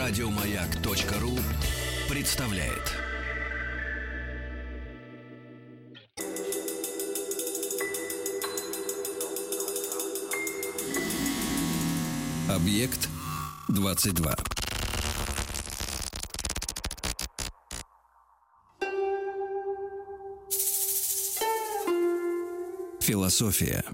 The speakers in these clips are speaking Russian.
Радиомаяк.ру представляет. Объект 22. Философия.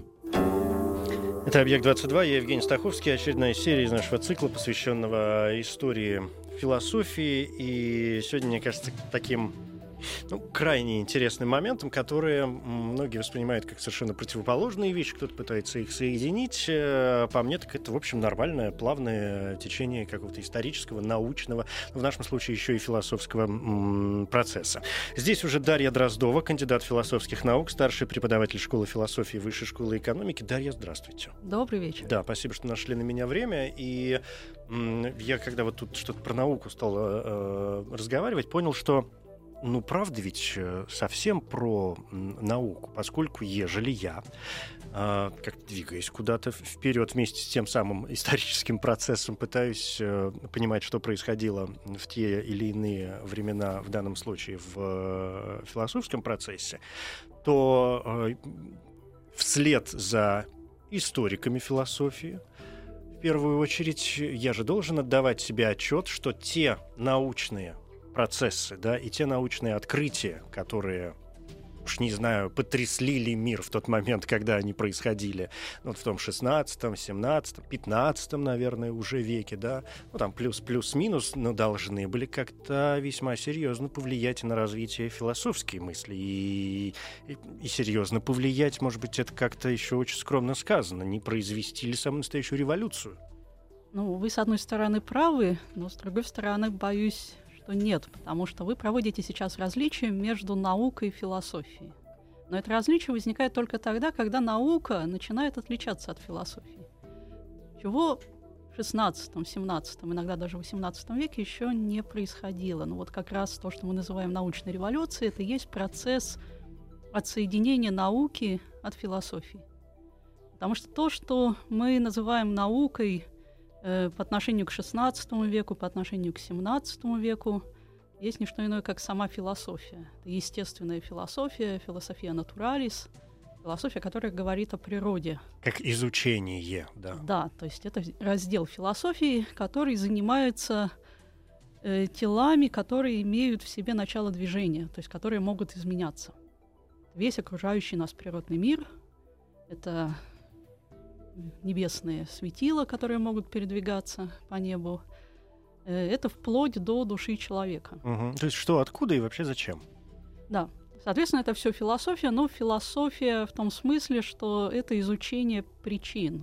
Это «Объект-22», я Евгений Стаховский, очередная серия из нашего цикла, посвященного истории философии. И сегодня, мне кажется, таким крайне интересным моментом, которые многие воспринимают как совершенно противоположные вещи, кто-то пытается их соединить. По мне, так это, в общем, нормальное, плавное течение какого-то исторического, научного, в нашем случае еще и философского процесса. Здесь уже Дарья Дроздова, кандидат философских наук, старший преподаватель школы философии Высшей школы экономики. Дарья, здравствуйте. Добрый вечер. Да, спасибо, что нашли на меня время. И я, когда вот тут что-то про науку стал разговаривать, понял, что правда ведь совсем про науку, поскольку ежели я, как двигаясь куда-то вперед вместе с тем самым историческим процессом, пытаюсь понимать, что происходило в те или иные времена, в данном случае в философском процессе, то вслед за историками философии, в первую очередь, я же должен отдавать себе отчет, что те научные процессы, да, и те научные открытия, которые, уж не знаю, потрясли ли мир в тот момент, когда они происходили, в том 16-м, 17-м, 15-м, наверное, уже веке, да, там плюс-минус, но должны были как-то весьма серьезно повлиять на развитие философской мысли и серьезно повлиять, может быть, это как-то еще очень скромно сказано, не произвести ли самую настоящую революцию? Вы, с одной стороны, правы, но, с другой стороны, боюсь, что нет, потому что вы проводите сейчас различие между наукой и философией. Но это различие возникает только тогда, когда наука начинает отличаться от философии. Чего в XVI, XVII, иногда даже в XVIII веке еще не происходило. Как раз то, что мы называем научной революцией, это и есть процесс отсоединения науки от философии. Потому что то, что мы называем наукой по отношению к XVI веку, по отношению к XVII веку, есть не что иное, как сама философия. Это естественная философия, философия натуралис, философия, которая говорит о природе. Как изучение, да. Да, то есть это раздел философии, который занимается телами, которые имеют в себе начало движения, то есть которые могут изменяться. Весь окружающий нас природный мир — это небесные светила, которые могут передвигаться по небу. Это вплоть до души человека. Угу. То есть что, откуда и вообще зачем? Да. Соответственно, это все философия, но философия в том смысле, что это изучение причин.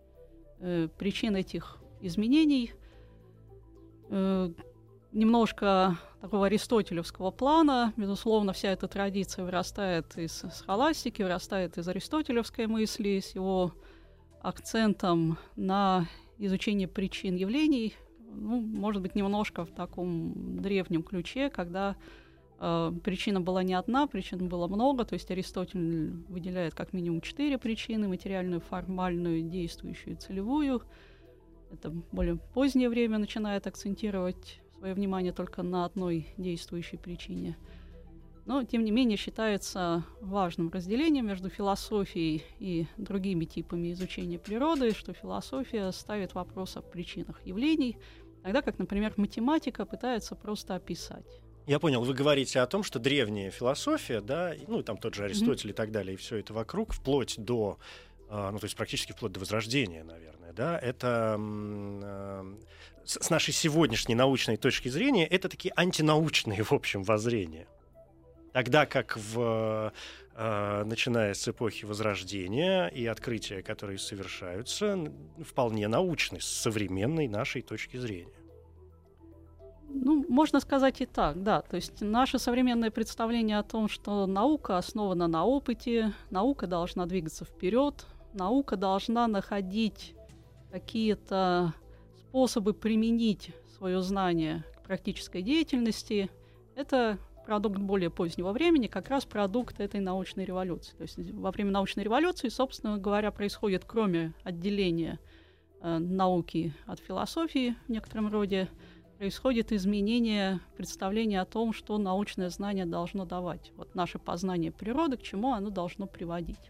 Причин этих изменений. Немножко такого аристотелевского плана. Безусловно, вся эта традиция вырастает из схоластики, вырастает из аристотелевской мысли, с его акцентом на изучение причин явлений, может быть, немножко в таком древнем ключе, когда причина была не одна, причин было много, то есть Аристотель выделяет как минимум 4 причины: материальную, формальную, действующую, целевую. Это более позднее время начинает акцентировать свое внимание только на одной действующей причине. Но, тем не менее, считается важным разделением между философией и другими типами изучения природы, что философия ставит вопрос о причинах явлений, тогда как, например, математика пытается просто описать. Я понял, вы говорите о том, что древняя философия, да, там тот же Аристотель и так далее, и все это вокруг, вплоть до, то есть практически вплоть до Возрождения, наверное, да, это с нашей сегодняшней научной точки зрения, это такие антинаучные, в общем, воззрения. Тогда как начиная с эпохи Возрождения и открытия, которые совершаются, вполне научны с современной нашей точки зрения. Можно сказать и так, да. То есть наше современное представление о том, что наука основана на опыте, наука должна двигаться вперед, наука должна находить какие-то способы применить свое знание к практической деятельности, это продукт более позднего времени, как раз продукт этой научной революции. То есть во время научной революции, собственно говоря, происходит, кроме отделения науки от философии в некотором роде, происходит изменение представления о том, что научное знание должно давать. Вот наше познание природы, к чему оно должно приводить.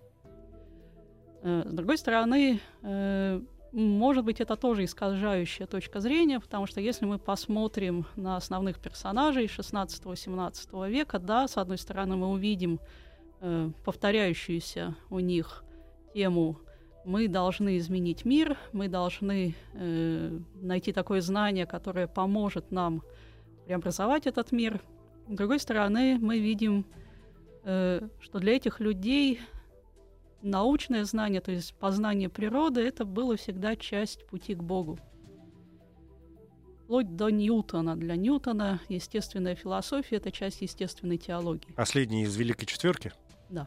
С другой стороны, может быть, это тоже искажающая точка зрения, потому что если мы посмотрим на основных персонажей XVI-XVII века, да, с одной стороны, мы увидим повторяющуюся у них тему «мы должны изменить мир», мы должны найти такое знание, которое поможет нам преобразовать этот мир. С другой стороны, мы видим, что для этих людей научное знание, то есть познание природы, это было всегда часть пути к Богу. Вплоть до Ньютона. Для Ньютона естественная философия — это часть естественной теологии. Последний из Великой Четверки? Да.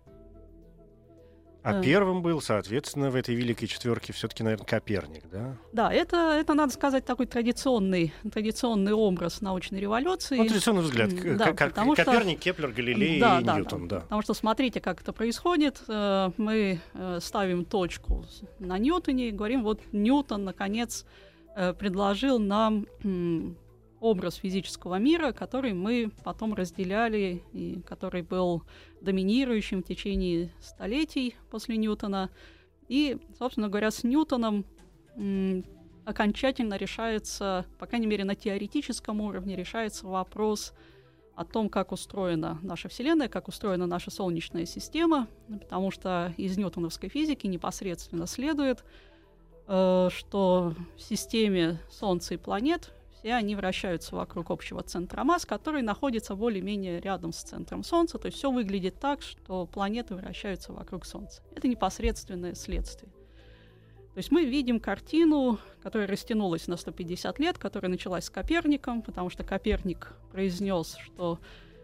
А первым был, соответственно, в этой Великой Четверке все-таки, наверное, Коперник, да? Да, это, надо сказать, такой традиционный образ научной революции. Ну, традиционный взгляд. Да, Коперник, Кеплер, Галилей и Ньютон. Да. Потому что смотрите, как это происходит. Мы ставим точку на Ньютоне и говорим, вот Ньютон, наконец, предложил нам образ физического мира, который мы потом разделяли и который был доминирующим в течение столетий после Ньютона. И, собственно говоря, с Ньютоном окончательно решается, по крайней мере, на теоретическом уровне, решается вопрос о том, как устроена наша Вселенная, как устроена наша Солнечная система, потому что из ньютоновской физики непосредственно следует, что в системе Солнца и планет все они вращаются вокруг общего центра масс, который находится более-менее рядом с центром Солнца. То есть все выглядит так, что планеты вращаются вокруг Солнца. Это непосредственное следствие. То есть мы видим картину, которая растянулась на 150 лет, которая началась с Коперником, потому что Коперник произнес, что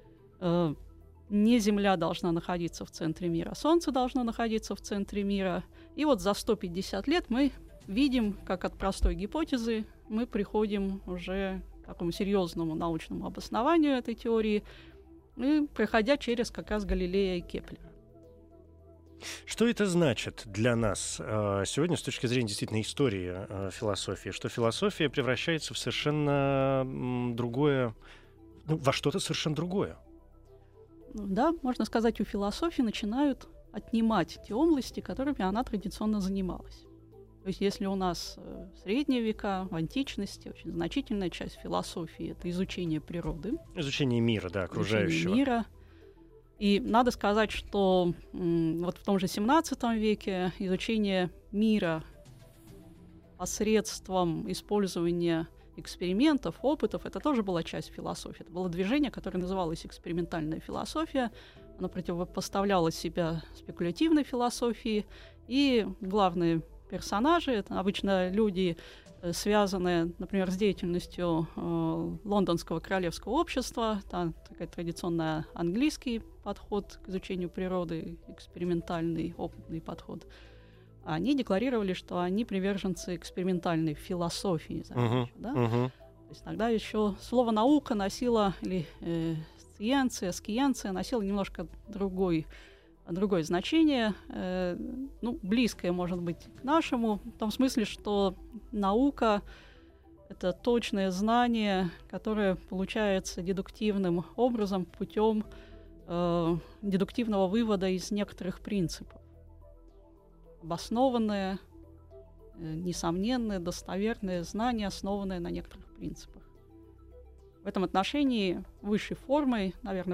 не Земля должна находиться в центре мира, Солнце должно находиться в центре мира. И вот за 150 лет мы видим, как от простой гипотезы мы приходим уже к такому серьезному научному обоснованию этой теории, проходя через как раз Галилея и Кеплера. Что это значит для нас сегодня с точки зрения действительно истории философии? Что философия превращается в совершенно другое, во что-то совершенно другое? Да, можно сказать, у философии начинают отнимать те области, которыми она традиционно занималась. То есть если у нас в средние века, в античности очень значительная часть философии — это изучение природы. Изучение мира, да, окружающего. Изучение мира. И надо сказать, что вот в том же XVII веке изучение мира посредством использования экспериментов, опытов — это тоже была часть философии. Это было движение, которое называлось экспериментальная философия. Оно противопоставляло себя спекулятивной философии. И главные персонажи — это обычно люди, связанные, например, с деятельностью Лондонского королевского общества. Там такой традиционный английский подход к изучению природы, экспериментальный, опытный подход. Они декларировали, что они приверженцы экспериментальной философии. Да? То есть тогда еще слово «наука» носило, или скиенция носило немножко другое значение, близкое, может быть, к нашему, в том смысле, что наука — это точное знание, которое получается дедуктивным образом путем дедуктивного вывода из некоторых принципов. Обоснованное, несомненное, достоверное знание, основанное на некоторых принципах. В этом отношении высшей формой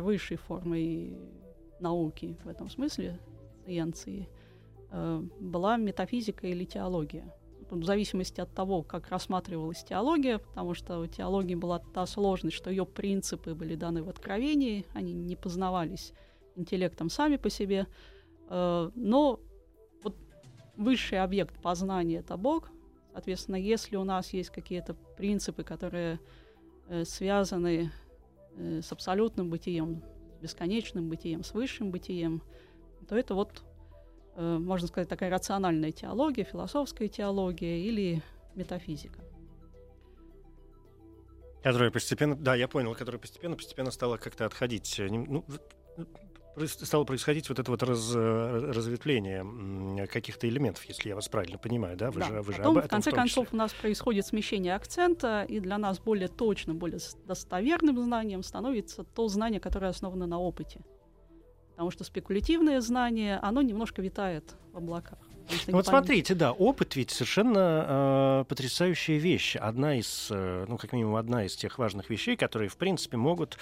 науки, в этом смысле, сcienции, была метафизика или теология. Тут в зависимости от того, как рассматривалась теология, потому что у теологии была та сложность, что ее принципы были даны в откровении, они не познавались интеллектом сами по себе, но вот высший объект познания — это Бог. Соответственно, если у нас есть какие-то принципы, которые связаны с абсолютным бытием, с бесконечным бытием, с высшим бытием, то это вот, можно сказать, такая рациональная теология, философская теология или метафизика. Которая постепенно стала как-то отходить. стало происходить вот это вот разветвление каких-то элементов, если я вас правильно понимаю, да? Вы же Потом, об этом в конце концов, у нас происходит смещение акцента, и для нас более точным, более достоверным знанием становится то знание, которое основано на опыте. Потому что спекулятивное знание, оно немножко витает в облаках. Вот смотрите, да, опыт ведь совершенно потрясающая вещь. Одна из, как минимум, одна из тех важных вещей, которые, в принципе, могут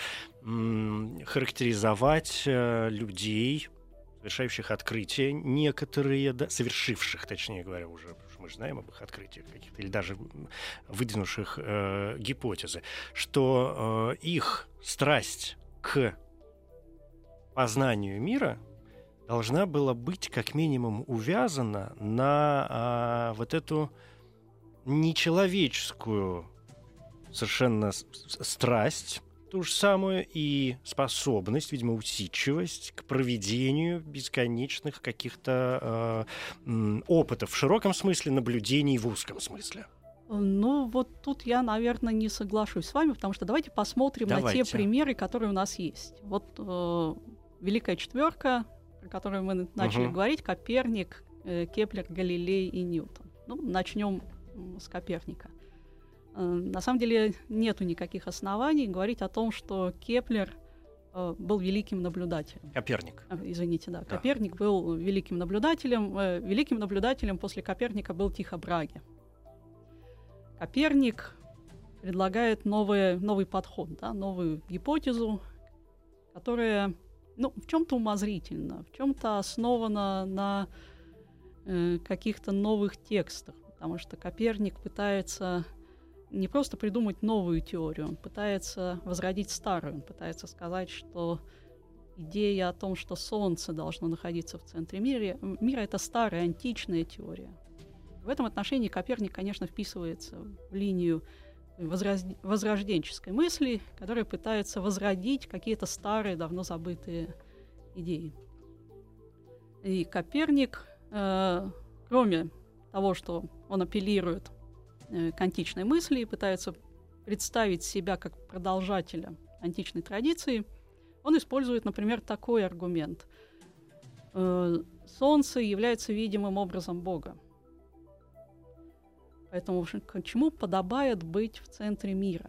характеризовать людей, совершающих открытия, некоторые, да, совершивших, точнее говоря, уже, потому что мы же знаем об их открытиях каких-то, или даже выдвинувших гипотезы, что их страсть к познанию мира должна была быть как минимум увязана на вот эту нечеловеческую совершенно страсть, ту же самую, и способность, видимо, усидчивость к проведению бесконечных каких-то опытов в широком смысле, наблюдений в узком смысле. Ну, вот тут я, наверное, не соглашусь с вами, потому что давайте посмотрим на те примеры, которые у нас есть. Вот Великая Четверка, про которую мы начали говорить: Коперник, Кеплер, Галилей и Ньютон. Ну, начнем с Коперника. На самом деле нету никаких оснований говорить о том, что Кеплер был великим наблюдателем. Коперник. Извините, да. Коперник был великим наблюдателем. Великим наблюдателем после Коперника был Тихо Браге. Коперник предлагает новый подход, да, новую гипотезу, которая, в чем-то умозрительна, в чем-то основана на каких-то новых текстах, потому что Коперник пытается не просто придумать новую теорию, он пытается возродить старую, он пытается сказать, что идея о том, что Солнце должно находиться в центре мира, это старая античная теория. В этом отношении Коперник, конечно, вписывается в линию возрожденческой мысли, которая пытается возродить какие-то старые, давно забытые идеи. И Коперник, кроме того, что он апеллирует к античной мысли и пытается представить себя как продолжателя античной традиции, он использует, например, такой аргумент. Солнце является видимым образом Бога. Поэтому, чему подобает быть в центре мира?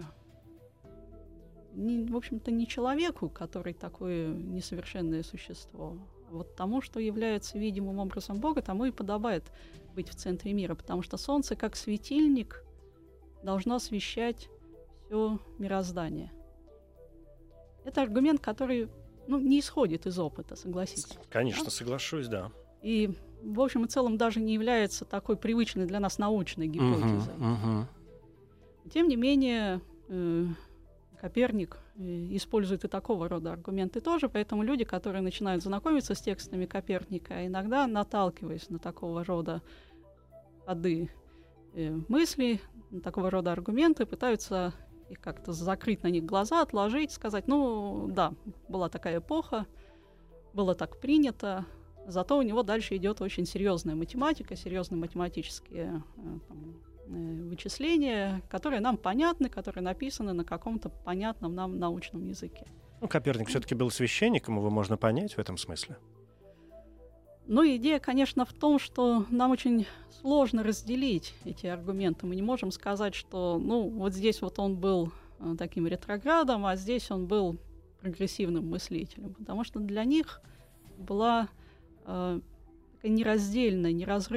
В общем-то, не человеку, который такое несовершенное существо, а вот тому, что является видимым образом Бога, тому и подобает быть в центре мира, потому что Солнце, как светильник, должно освещать все мироздание. Это аргумент, который не исходит из опыта, согласитесь. Конечно, соглашусь, да. И в общем и целом даже не является такой привычной для нас научной гипотезой. Тем не менее, Коперник использует и такого рода аргументы тоже, поэтому люди, которые начинают знакомиться с текстами Коперника, иногда, наталкиваясь на такого рода ходы мысли, на такого рода аргументы, пытаются их как-то закрыть на них глаза, отложить, сказать, да, была такая эпоха, было так принято, зато у него дальше идет очень серьезная математика, серьезные математические вычисления, которые нам понятны, которые написаны на каком-то понятном нам научном языке. Коперник все-таки был священником, его можно понять в этом смысле. Идея, конечно, в том, что нам очень сложно разделить эти аргументы. Мы не можем сказать, что, вот здесь вот он был таким ретроградом, а здесь он был прогрессивным мыслителем, потому что для них была такая нераздельная,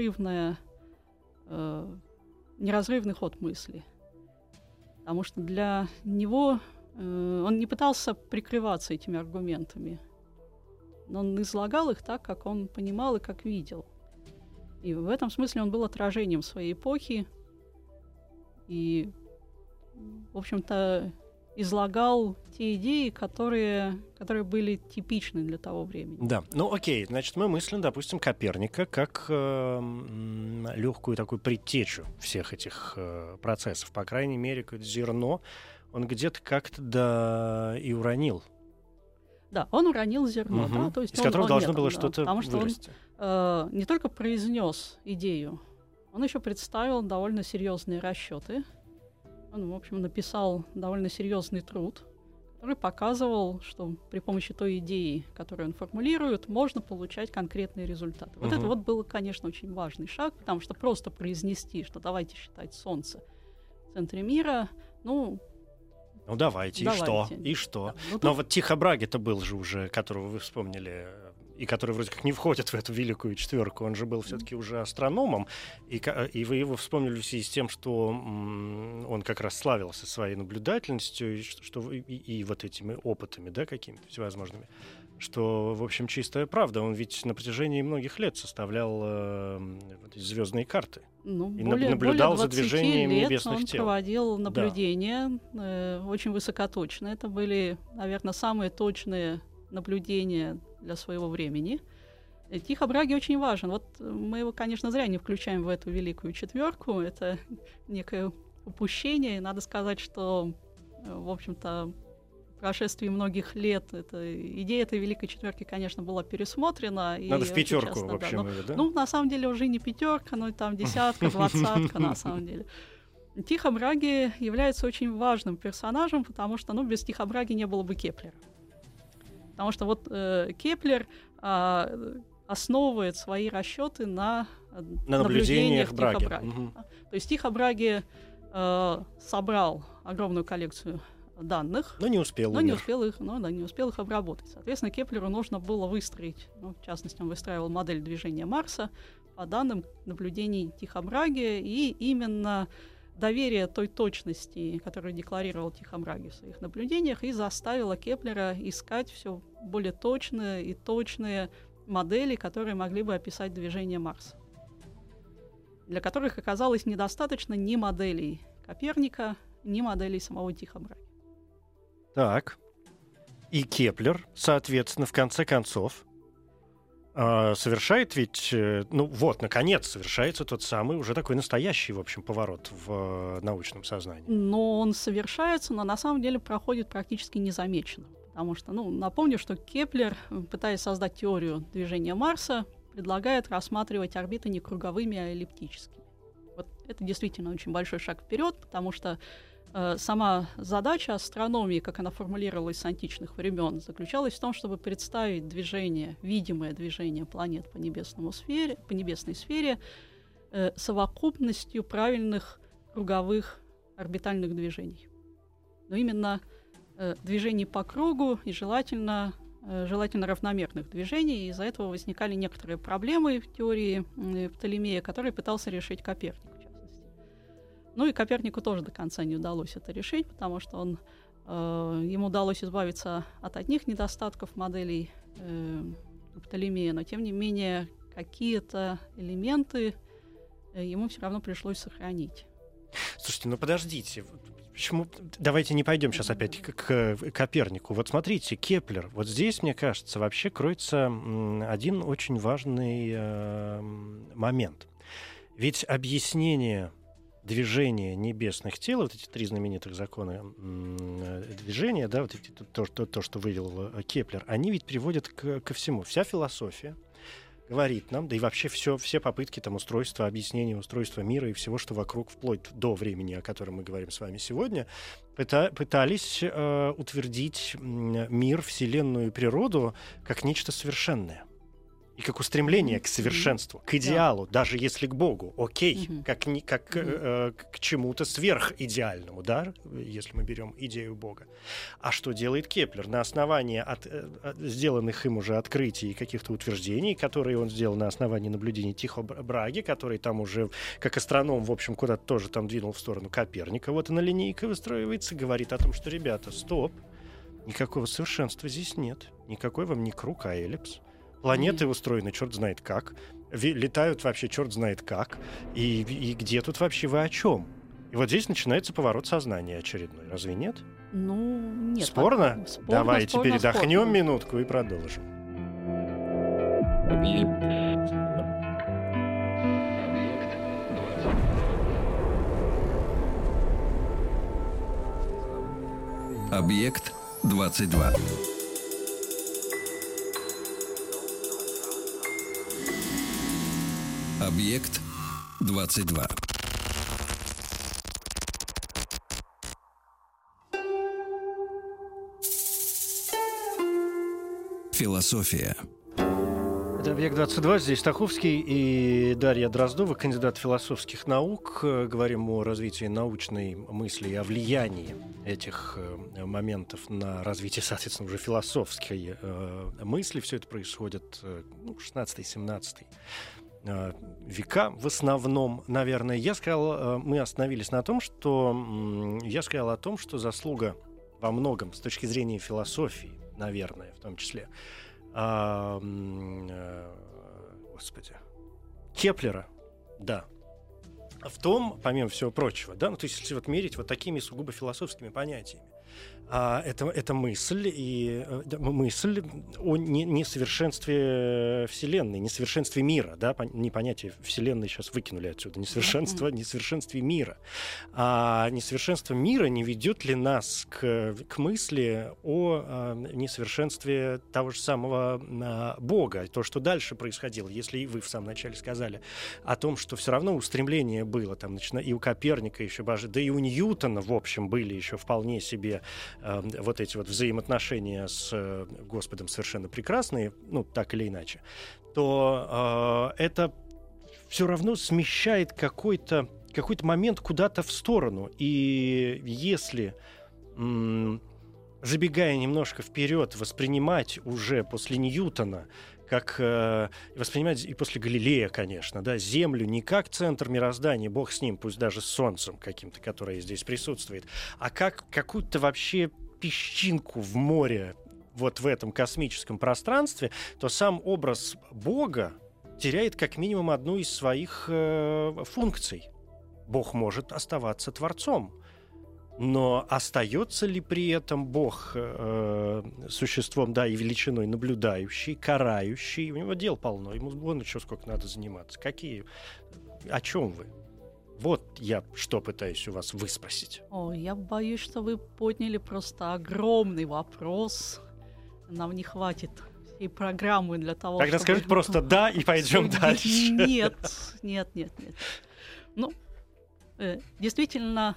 неразрывный ход мысли. Потому что для него он не пытался прикрываться этими аргументами, но он излагал их так, как он понимал и как видел. И в этом смысле он был отражением своей эпохи и, в общем-то, излагал те идеи, которые были типичны для того времени. Да, окей, значит, мы мыслим, допустим, Коперника как легкую такую предтечу всех этих процессов. По крайней мере, какое-то зерно он где-то как-то и уронил. Да, он уронил зерно, да, то есть из которого должно было что-то вырасти. Потому что он не только произнес идею, он еще представил довольно серьезные расчеты. Он, в общем, написал довольно серьезный труд, который показывал, что при помощи той идеи, которую он формулирует, можно получать конкретные результаты. Вот это вот был, конечно, очень важный шаг, потому что просто произнести, что давайте считать Солнце в центре мира, давайте. И что? Да, Но вот Тихо Браге-то был же уже, которого вы вспомнили, и который вроде как не входит в эту великую четверку, он же был все-таки уже астрономом, и вы его вспомнили в связи с тем, что он как раз славился своей наблюдательностью и вот этими опытами, да, какими-то всевозможными, что, в общем, чистая правда. Он ведь на протяжении многих лет составлял звездные карты. И наблюдал за движением небесных тел. Он проводил наблюдения, очень высокоточные. Это были, наверное, самые точные наблюдения для своего времени. Тихо Браге очень важен. Вот мы его, конечно, зря не включаем в эту великую четверку. Это некое упущение. Надо сказать, что, в общем-то, в прошествии многих лет идея этой великой четверки, конечно, была пересмотрена. Надо в пятерку, в общем, да? На самом деле уже не пятерка, но там десятка, двадцатка, на самом деле. Тихо Браге является очень важным персонажем, потому что, без Тихо Браге не было бы Кеплера. Потому что вот Кеплер основывает свои расчеты на наблюдениях Тихо Браге. То есть Тихо Браге собрал огромную коллекцию данных, но не успел их обработать. Соответственно, Кеплеру нужно было выстроить, в частности, он выстраивал модель движения Марса по данным наблюдений Тихо Браге, и именно доверие той точности, которую декларировал Тихо Браге в своих наблюдениях, и заставило Кеплера искать все более точные и точные модели, которые могли бы описать движение Марса, для которых оказалось недостаточно ни моделей Коперника, ни моделей самого Тихо Браге. Так. И Кеплер, соответственно, в конце концов, совершает ведь, наконец, совершается тот самый уже такой настоящий, в общем, поворот в научном сознании. Но он совершается, но на самом деле проходит практически незамеченно. Потому что, напомню, что Кеплер, пытаясь создать теорию движения Марса, предлагает рассматривать орбиты не круговыми, а эллиптическими. Вот это действительно очень большой шаг вперед, потому что сама задача астрономии, как она формулировалась с античных времен, заключалась в том, чтобы представить видимое движение планет по небесной сфере совокупностью правильных круговых орбитальных движений. Но именно движений по кругу и желательно равномерных движений. И из-за этого возникали некоторые проблемы в теории Птолемея, которые пытался решить Коперник. И Копернику тоже до конца не удалось это решить, потому что ему удалось избавиться от одних недостатков моделей Птолемея, но тем не менее какие-то элементы ему все равно пришлось сохранить. Слушайте, подождите. Почему? Давайте не пойдем сейчас опять к Копернику. Вот смотрите, Кеплер. Вот здесь, мне кажется, вообще кроется один очень важный момент. Ведь объяснение движения небесных тел, вот эти три знаменитых закона движения, да, вот эти, то, что вывел Кеплер, они ведь приводят ко всему. Вся философия говорит нам, да и вообще все попытки устройства, объяснения устройства мира и всего, что вокруг, вплоть до времени, о котором мы говорим с вами сегодня, пытались утвердить мир, Вселенную и природу как нечто совершенное. И как устремление к совершенству, к идеалу, даже если к Богу, окей, как к чему-то сверхидеальному, да, если мы берем идею Бога. А что делает Кеплер? На основании сделанных им уже открытий и каких-то утверждений, которые он сделал на основании наблюдений Тихо Браге, который там уже, как астроном, в общем, куда-то тоже там двинул в сторону Коперника, вот она линейка выстраивается, говорит о том, что, ребята, стоп, никакого совершенства здесь нет, никакой вам не круг, а эллипс. Планеты устроены черт знает как, летают вообще черт знает как, и где тут вообще вы о чем? И вот здесь начинается поворот сознания очередной, разве нет? Нет. Спорно? Давайте передохнем минутку и продолжим. Объект 22. Объект 22. Философия. Это «Объект-22», здесь Стаховский и Дарья Дроздова, кандидат философских наук. Говорим о развитии научной мысли и о влиянии этих моментов на развитие, соответственно, уже философской мысли. Все это происходит 16-17 века в основном, наверное. Я сказал, мы остановились на том, что я сказал о том, что заслуга во многом с точки зрения философии, наверное, в том числе, Кеплера, да. В том, помимо всего прочего, да, то есть если вот мерить вот такими сугубо философскими понятиями, это мысль мысль о несовершенстве Вселенной, несовершенстве мира, да, не понятие Вселенной сейчас выкинули отсюда, несовершенстве мира. А несовершенство мира не ведет ли нас к мысли о несовершенстве того же самого Бога, то, что дальше происходило, если вы в самом начале сказали о том, что все равно устремление было, там, и у Коперника еще, да и у Ньютона, в общем, были еще вполне себе вот эти вот взаимоотношения с Господом совершенно прекрасные, так или иначе, то это все равно смещает какой-то момент куда-то в сторону. И если, забегая немножко вперед, воспринимать уже после Ньютона, как воспринимать и после Галилея, конечно, да, Землю не как центр мироздания, Бог с ним, пусть даже с Солнцем каким-то, которое здесь присутствует, а как какую-то вообще песчинку в море, вот в этом космическом пространстве, то сам образ Бога теряет как минимум одну из своих функций. Бог может оставаться творцом. Но остается ли при этом Бог существом, да, и величиной наблюдающий, карающий? У него дел полно, ему вон еще сколько надо заниматься. О чем вы? Вот я что пытаюсь у вас выспросить. Я боюсь, что вы подняли просто огромный вопрос. Нам не хватит всей программы для того, Тогда чтобы... скажите просто «да» и пойдем дальше. Нет. Действительно...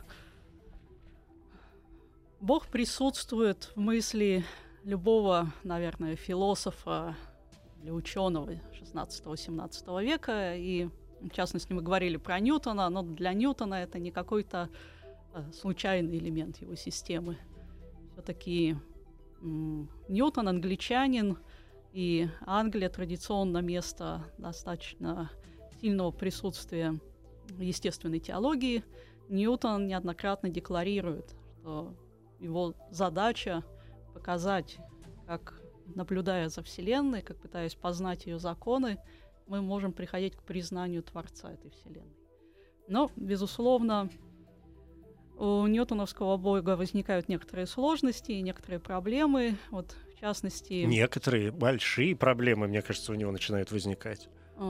Бог присутствует в мысли любого, наверное, философа или ученого 16-17 века. И, в частности, мы говорили про Ньютона, но для Ньютона это не какой-то случайный элемент его системы. Все-таки Ньютон англичанин, и Англия традиционно место достаточно сильного присутствия естественной теологии. Ньютон неоднократно декларирует, что его задача показать, как, наблюдая за Вселенной, как пытаясь познать ее законы, мы можем приходить к признанию Творца этой Вселенной. Но, безусловно, у ньютоновского Бога возникают некоторые сложности и некоторые проблемы. Вот, в частности... Некоторые большие проблемы, мне кажется, у него начинают возникать.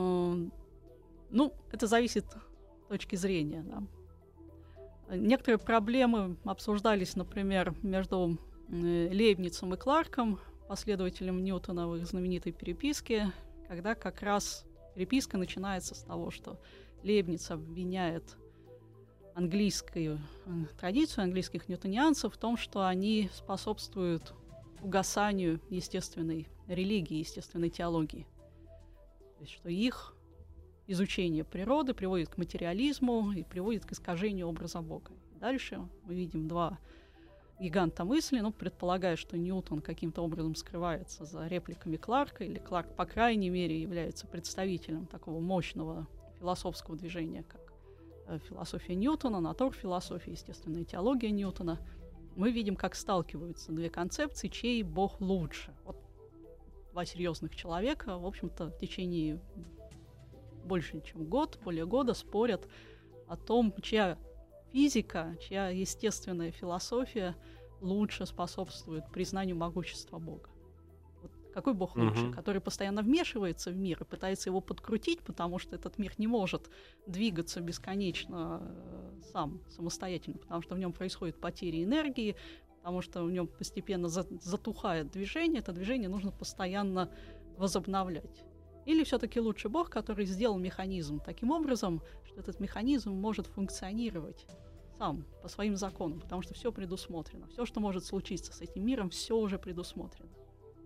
Это зависит от точки зрения, да. Некоторые проблемы обсуждались, например, между Лейбницем и Кларком, последователем Ньютона в их знаменитой переписке, когда как раз переписка начинается с того, что Лейбниц обвиняет английскую традицию, английских ньютонианцев в том, что они способствуют угасанию естественной религии, естественной теологии. То есть, что их изучение природы приводит к материализму и приводит к искажению образа Бога. Дальше мы видим два гиганта мысли, предполагая, что Ньютон каким-то образом скрывается за репликами Кларка, или Кларк, по крайней мере, является представителем такого мощного философского движения, как философия Ньютона, натурфилософия, естественная теология Ньютона. Мы видим, как сталкиваются две концепции, чей Бог лучше. Вот два серьезных человека, в общем-то, в течение больше, чем более года спорят о том, чья физика, чья естественная философия лучше способствует признанию могущества Бога. Вот какой Бог лучше? Который постоянно вмешивается в мир и пытается его подкрутить, потому что этот мир не может двигаться бесконечно самостоятельно, потому что в нем происходит потеря энергии, потому что в нем постепенно затухает движение, это движение нужно постоянно возобновлять. Или все-таки лучше Бог, который сделал механизм таким образом, что этот механизм может функционировать сам, по своим законам, потому что все предусмотрено. Все, что может случиться с этим миром, все уже предусмотрено.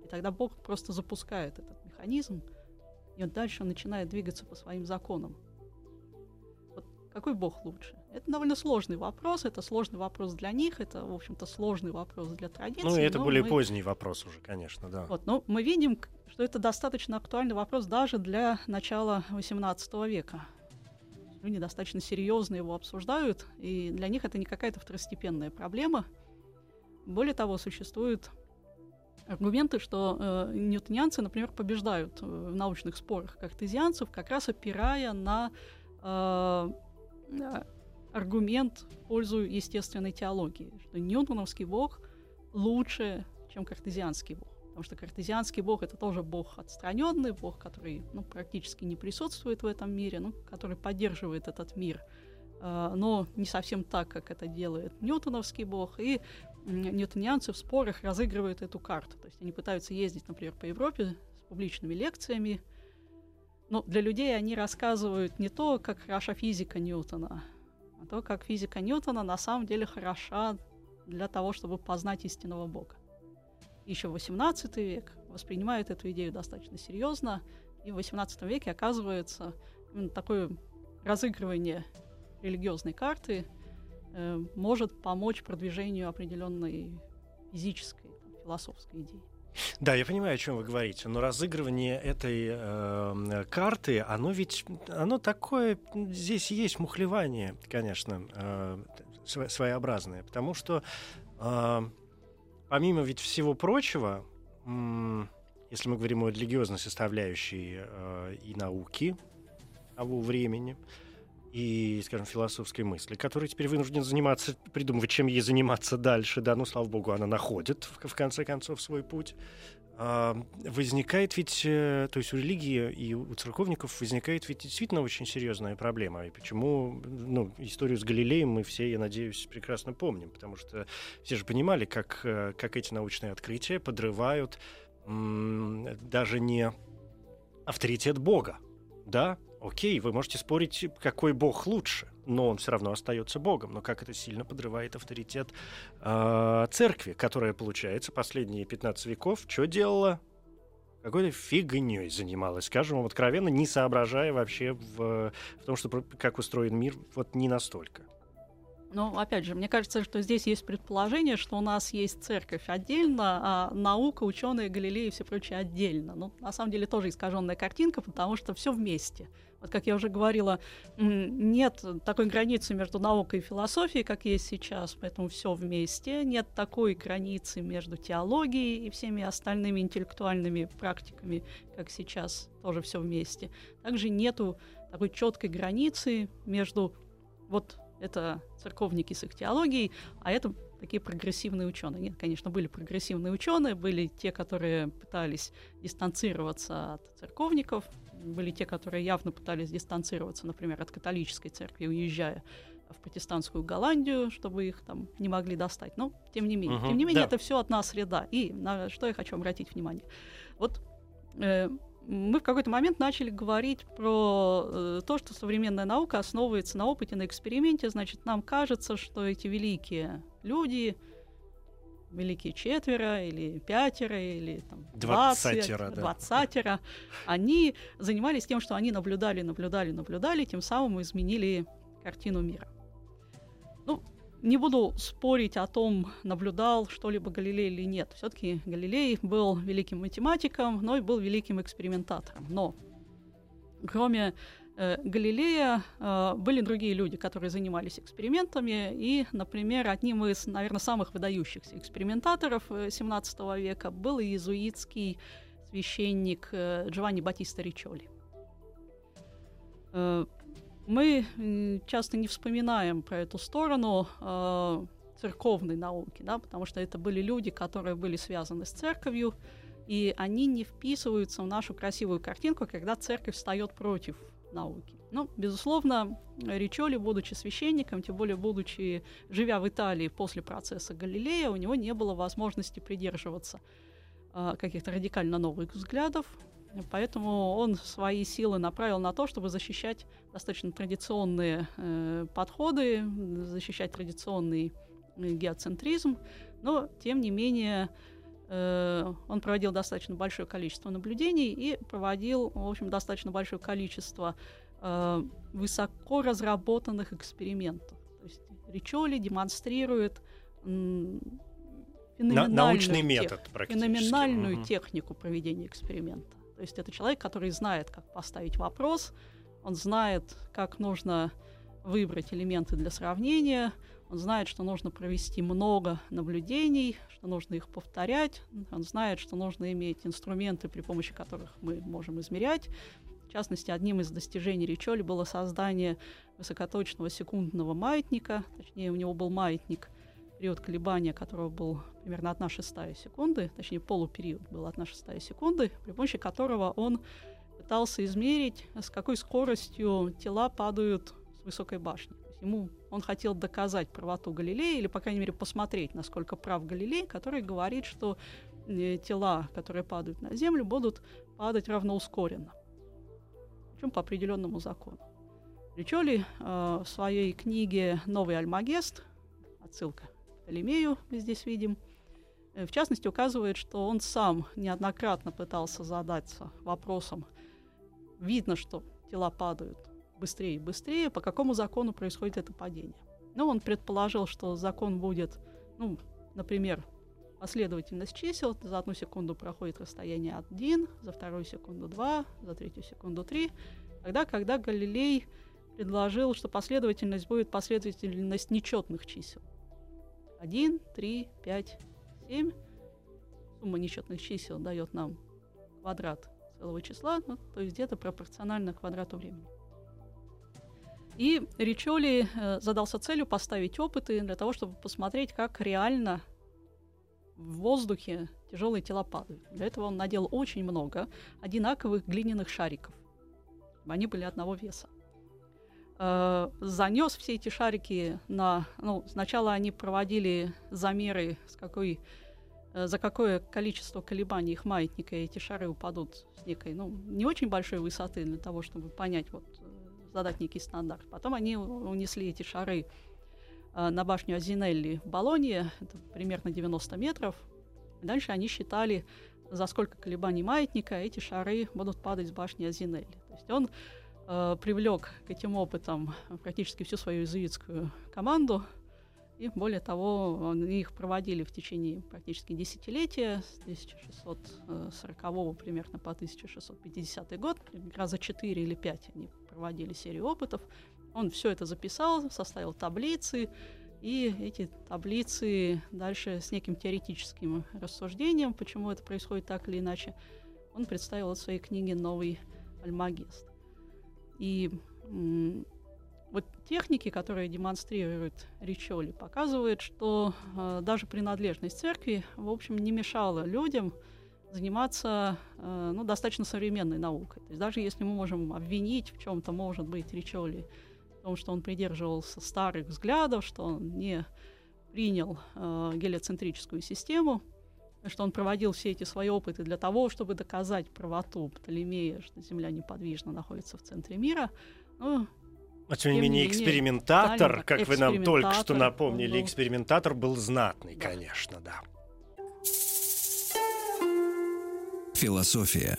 И тогда Бог просто запускает этот механизм, и вот дальше он начинает двигаться по своим законам. Вот какой Бог лучше? Это довольно сложный вопрос, это сложный вопрос для них, это, в общем-то, сложный вопрос для традиции. Ну, и это более поздний вопрос уже, конечно, да. Вот, но мы видим, что это достаточно актуальный вопрос даже для начала XVIII века. Люди достаточно серьезно его обсуждают, и для них это не какая-то второстепенная проблема. Более того, существуют аргументы, что ньютонианцы, например, побеждают в научных спорах картезианцев, как раз опирая на аргумент в пользу естественной теологии, что ньютоновский Бог лучше, чем картезианский Бог. Потому что картезианский Бог — это тоже Бог отстраненный, Бог, который практически не присутствует в этом мире, который поддерживает этот мир, но не совсем так, как это делает ньютоновский Бог. И ньютонианцы в спорах разыгрывают эту карту. То есть они пытаются ездить, например, по Европе с публичными лекциями, но для людей они рассказывают не то, как хороша физика Ньютона, а то, как физика Ньютона на самом деле хороша для того, чтобы познать истинного Бога. Еще в XVIII век воспринимают эту идею достаточно серьезно, и в XVIII веке оказывается такое разыгрывание религиозной карты может помочь продвижению определенной физической, философской идеи. Да, я понимаю, о чем вы говорите, но разыгрывание этой карты, оно такое, здесь есть мухлевание, конечно, своеобразное, потому что помимо ведь всего прочего, если мы говорим о религиозной составляющей и науки того времени, и, скажем, философской мысли, которой теперь вынужден заниматься, придумывать, чем ей заниматься дальше, да, слава богу, она находит, в конце концов, свой путь. Возникает ведь, то есть у религии и у церковников возникает ведь действительно очень серьезная проблема. И почему, историю с Галилеем мы все, я надеюсь, прекрасно помним, потому что все же понимали, как эти научные открытия подрывают даже не авторитет Бога, да. Окей, вы можете спорить, какой Бог лучше, но он все равно остается Богом. Но как это сильно подрывает авторитет церкви, которая, получается, последние 15 веков что делала? Какой-то фигней занималась, скажем вам откровенно, не соображая вообще в том, что как устроен мир, вот не настолько. Ну, опять же, мне кажется, что здесь есть предположение, что у нас есть церковь отдельно, а наука, ученые, Галилей и все прочее отдельно. Ну, на самом деле тоже искаженная картинка, потому что все вместе. Вот, как я уже говорила, нет такой границы между наукой и философией, как есть сейчас, поэтому все вместе. Нет такой границы между теологией и всеми остальными интеллектуальными практиками, как сейчас, тоже все вместе. Также нету такой четкой границы между вот это церковники с их теологией, а это такие прогрессивные ученые. Нет, конечно, были прогрессивные ученые, были те, которые пытались дистанцироваться от церковников, были те, которые явно пытались дистанцироваться, например, от католической церкви, уезжая в протестантскую Голландию, чтобы их там не могли достать. Но, тем не менее, это все одна среда. И на что я хочу обратить внимание. Вот мы в какой-то момент начали говорить про то, что современная наука основывается на опыте, на эксперименте. Значит, нам кажется, что эти великие люди, великие 4 или 5 или 20, они занимались тем, что они наблюдали, тем самым изменили картину мира. Ну, не буду спорить о том, наблюдал что-либо Галилей или нет. Все-таки Галилей был великим математиком, но и был великим экспериментатором. Но кроме Галилея были другие люди, которые занимались экспериментами. И, например, одним из, наверное, самых выдающихся экспериментаторов XVII века был иезуитский священник Джованни Баттиста Риччоли. Мы часто не вспоминаем про эту сторону церковной науки, да, потому что это были люди, которые были связаны с церковью, и они не вписываются в нашу красивую картинку, когда церковь встает против науки. Ну, безусловно, Риччоли, будучи священником, тем более живя в Италии после процесса Галилея, у него не было возможности придерживаться каких-то радикально новых взглядов. Поэтому он свои силы направил на то, чтобы защищать достаточно традиционные подходы, защищать традиционный геоцентризм. Но, тем не менее, Он проводил достаточно большое количество наблюдений и проводил, в общем, достаточно большое количество высоко разработанных экспериментов. То есть Риччоли демонстрирует научный метод, феноменальную технику проведения эксперимента. То есть это человек, который знает, как поставить вопрос, он знает, как нужно выбрать элементы для сравнения, он знает, что нужно провести много наблюдений, что нужно их повторять, он знает, что нужно иметь инструменты, при помощи которых мы можем измерять. В частности, одним из достижений Риччоли было создание высокоточного секундного маятника, точнее, у него был маятник, период колебания которого был примерно 1/6 секунды, точнее, полупериод был 1/6 секунды, при помощи которого он пытался измерить, с какой скоростью тела падают с высокой башни. То есть он хотел доказать правоту Галилея, или, по крайней мере, посмотреть, насколько прав Галилей, который говорит, что тела, которые падают на Землю, будут падать равноускоренно, причем по определенному закону. Риччоли в своей книге «Новый Альмагест», отсылка к Птолемею мы здесь видим, в частности, указывает, что он сам неоднократно пытался задаться вопросом, видно, что тела падают быстрее и быстрее, по какому закону происходит это падение. Но он предположил, что закон будет, например, последовательность чисел. За 1 секунду проходит расстояние 1, за 2 секунду 2, за 3 секунду 3. Тогда, когда Галилей предложил, что последовательность будет последовательность нечетных чисел. 1, 3, 5, 7. Сумма нечетных чисел дает нам квадрат целого числа, то есть где-то пропорционально квадрату времени. И Риччоли задался целью поставить опыты для того, чтобы посмотреть, как реально в воздухе тяжелые тела падают. Для этого он надел очень много одинаковых глиняных шариков. Они были одного веса. Занес все эти шарики сначала они проводили замеры, за какое количество колебаний их маятника эти шары упадут с некой, не очень большой высоты для того, чтобы понять, задать некий стандарт. Потом они унесли эти шары на башню Азинелли в Болонье, это примерно 90 метров. И дальше они считали, за сколько колебаний маятника эти шары будут падать с башни Азинелли. То есть он привлек к этим опытам практически всю свою иезуитскую команду, и более того, они их проводили в течение практически десятилетия, с 1640 примерно по 1650 год, раза 4 или 5 они проводили серию опытов. Он все это записал, составил таблицы, и эти таблицы дальше с неким теоретическим рассуждением, почему это происходит так или иначе, он представил в своей книге «Новый Альмагест». И техники, которые демонстрирует Риччоли, показывают, что даже принадлежность церкви, в общем, не мешала людям заниматься достаточно современной наукой. То есть даже если мы можем обвинить в чем-то, может быть, Риччоли в том, что он придерживался старых взглядов, что он не принял гелиоцентрическую систему, что он проводил все эти свои опыты для того, чтобы доказать правоту Птолемея, что Земля неподвижно находится в центре мира. Но тем не менее, экспериментатор, как вы нам только что напомнили, экспериментатор был знатный, да. Конечно, да. Философия.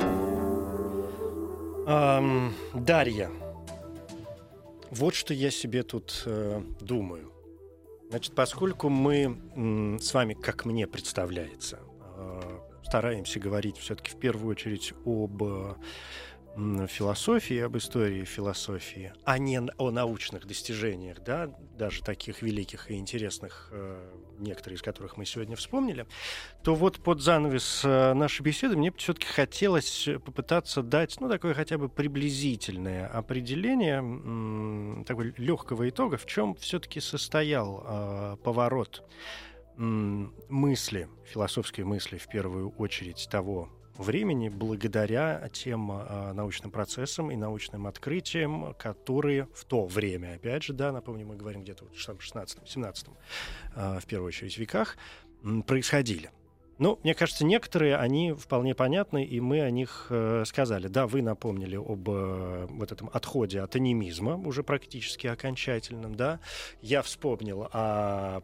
Дарья, вот что я себе тут думаю. Значит, поскольку мы с вами, как мне представляется, стараемся говорить все-таки в первую очередь об философии, об истории философии, а не о научных достижениях, да, даже таких великих и интересных, некоторые из которых мы сегодня вспомнили, то вот под занавес нашей беседы мне все-таки хотелось попытаться дать, такое хотя бы приблизительное определение, такого легкого итога, в чем все-таки состоял поворот мысли, философской мысли в первую очередь того времени, благодаря тем научным процессам и научным открытиям, которые в то время, опять же, да, напомню, мы говорим где-то в 16-17, в первую очередь, веках, происходили. Ну, мне кажется, некоторые, они вполне понятны, и мы о них сказали. Да, вы напомнили об вот этом отходе от анимизма, уже практически окончательном, да. Я вспомнил о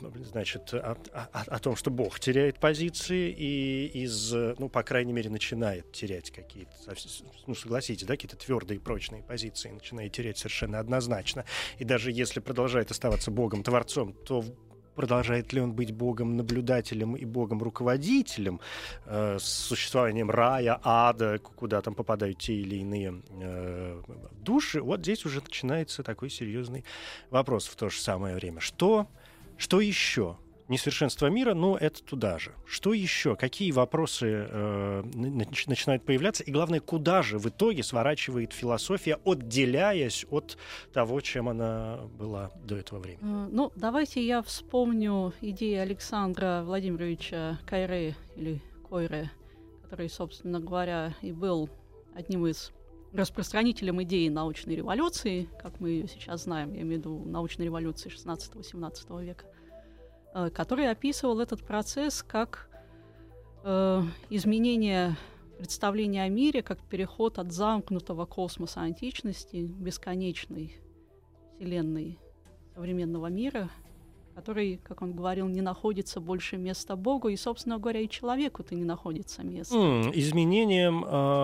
том, что Бог теряет позиции и по крайней мере, начинает терять какие-то, согласитесь, да, какие-то твердые и прочные позиции, начинает терять совершенно однозначно. И даже если продолжает оставаться Богом-творцом, то продолжает ли он быть Богом-наблюдателем и Богом-руководителем с существованием рая, ада, куда там попадают те или иные души? Вот здесь уже начинается такой серьезный вопрос в то же самое время. Что еще? Несовершенство мира, но это туда же. Что еще? Какие вопросы начинают появляться? И главное, куда же в итоге сворачивает философия, отделяясь от того, чем она была до этого времени? Давайте я вспомню идеи Александра Владимировича Кайре, или Койре, который, собственно говоря, и был одним из распространителем идеи научной революции, как мы ее сейчас знаем, я имею в виду научной революции 16-17 века, который описывал этот процесс как изменение представления о мире, как переход от замкнутого космоса античности к бесконечной вселенной современного мира, который, как он говорил, не находится больше места Богу, и, собственно говоря, и человеку-то не находится места. Изменением,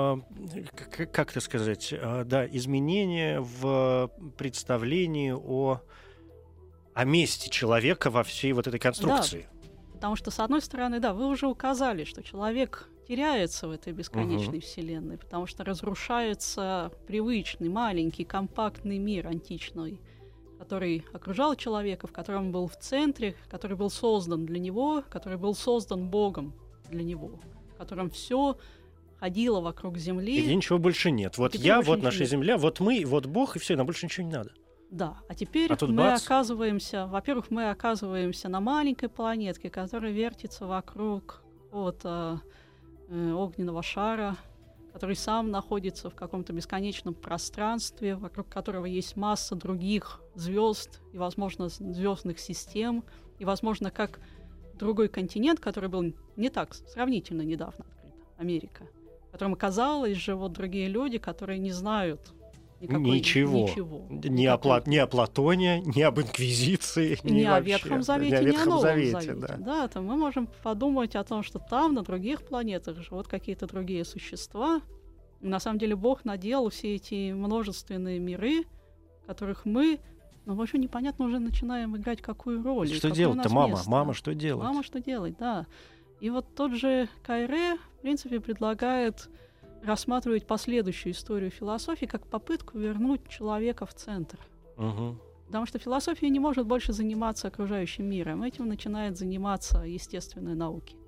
как это сказать, изменение в представлении о месте человека во всей вот этой конструкции. Да, потому что, с одной стороны, вы уже указали, что человек теряется в этой бесконечной вселенной, потому что разрушается привычный, маленький, компактный мир античный, который окружал человека, в котором он был в центре, который был создан для него, который был создан Богом для него, в котором все ходило вокруг Земли. И где ничего больше нет. Вот я, вот наша Земля, вот мы, вот Бог, и все, нам больше ничего не надо. Да, а теперь мы оказываемся на маленькой планетке, которая вертится вокруг огненного шара, который сам находится в каком-то бесконечном пространстве, вокруг которого есть масса других звезд и, возможно, звездных систем, и, возможно, как другой континент, который был не так сравнительно недавно открыт, Америка, в котором оказалось же другие люди, которые не знают ничего. Ни о Платоне, ни об Инквизиции, ни о Ветхом Завете, ни о Новом Завете. Да, то мы можем подумать о том, что там, на других планетах, живут какие-то другие существа. И на самом деле Бог наделал все эти множественные миры, в которых мы, вообще непонятно, уже начинаем играть какую роль. Что делать-то, мама? Мама, что делать? Мама, что делать, да. И вот тот же Кайре, в принципе, предлагает рассматривать последующую историю философии как попытку вернуть человека в центр. Потому что философия не может больше заниматься окружающим миром. Этим начинает заниматься естественные науки.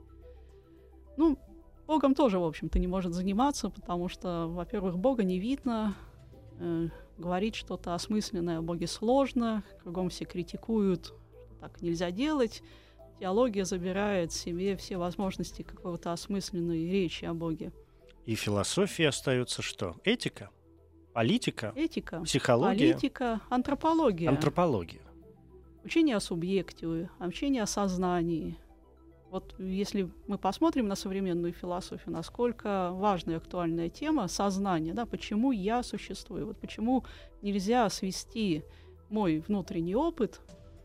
Богом тоже, в общем-то, не может заниматься, потому что, во-первых, Бога не видно, говорить что-то осмысленное о Боге сложно, кругом все критикуют, что так нельзя делать. Теология забирает себе все возможности какого-то осмысленной речи о Боге. И философия остается что? Этика? Политика? Этика. Психология? Политика. Антропология. Антропология. Учение о субъекте, учение о сознании. Вот если мы посмотрим на современную философию, насколько важная и актуальная тема сознания, почему я существую, почему нельзя свести мой внутренний опыт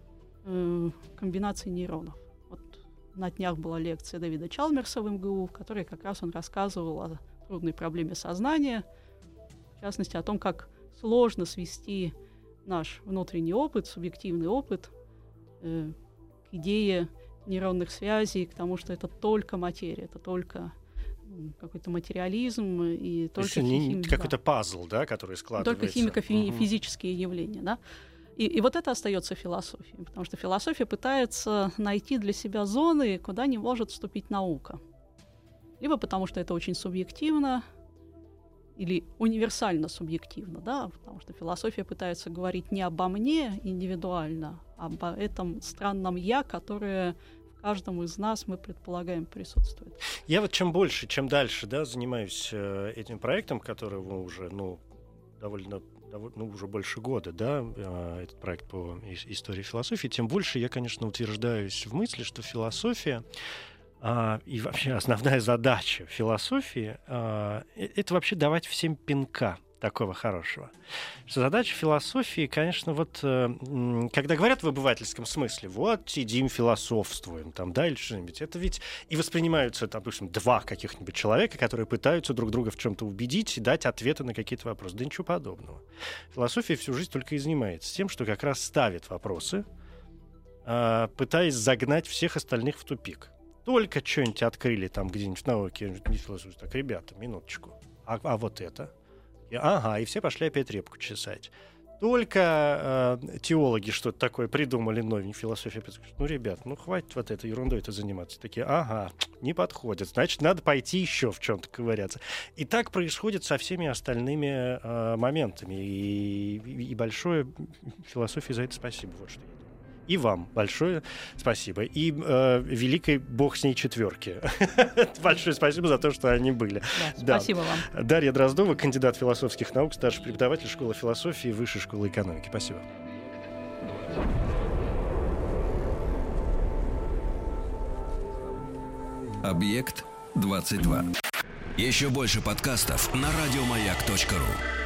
к комбинации нейронов. На днях была лекция Дэвида Чалмерса в МГУ, в которой как раз он рассказывал о трудной проблеме сознания, в частности, о том, как сложно свести наш внутренний опыт, субъективный опыт к идее нейронных связей, к тому, что это только материя, это только какой-то материализм и только какой-то пазл, который складывается. Только химико-физические явления, да. И вот это остается философией, потому что философия пытается найти для себя зоны, куда не может вступить наука. Либо потому что это очень субъективно, или универсально субъективно, потому что философия пытается говорить не обо мне индивидуально, а об этом странном «я», которое в каждом из нас, мы предполагаем, присутствует. Я чем больше, чем дальше занимаюсь этим проектом, которого уже довольно уже больше года, этот проект по истории философии, тем больше я, конечно, утверждаюсь в мысли, что философия И вообще основная задача философии это вообще давать всем пинка такого хорошего. Что задача философии, конечно, вот когда говорят в обывательском смысле, вот сидим, философствуем, там, да, или что-нибудь, это ведь и воспринимаются, допустим, два каких-нибудь человека, которые пытаются друг друга в чем-то убедить и дать ответы на какие-то вопросы. Да ничего подобного. Философия всю жизнь только и занимается тем, что как раз ставит вопросы, пытаясь загнать всех остальных в тупик. Только что-нибудь открыли там где-нибудь в науке, не философию, так, ребята, минуточку, а вот это? Ага, и все пошли опять репку чесать. Только теологи что-то такое придумали новенькое, философия. Ну, ребят, ну хватит вот этой ерундой-то заниматься. Такие, ага, не подходит, значит, надо пойти еще в чем-то ковыряться. И так происходит со всеми остальными моментами. И большое философии за это спасибо. Вот что я думаю. И вам большое спасибо. И великой бог с ней четверки. Большое спасибо за то, что они были. Да, спасибо вам. Дарья Дроздова, кандидат философских наук, старший преподаватель школы философии Высшей школы экономики. Спасибо. Объект 22. Еще больше подкастов на радиомаяк.ру.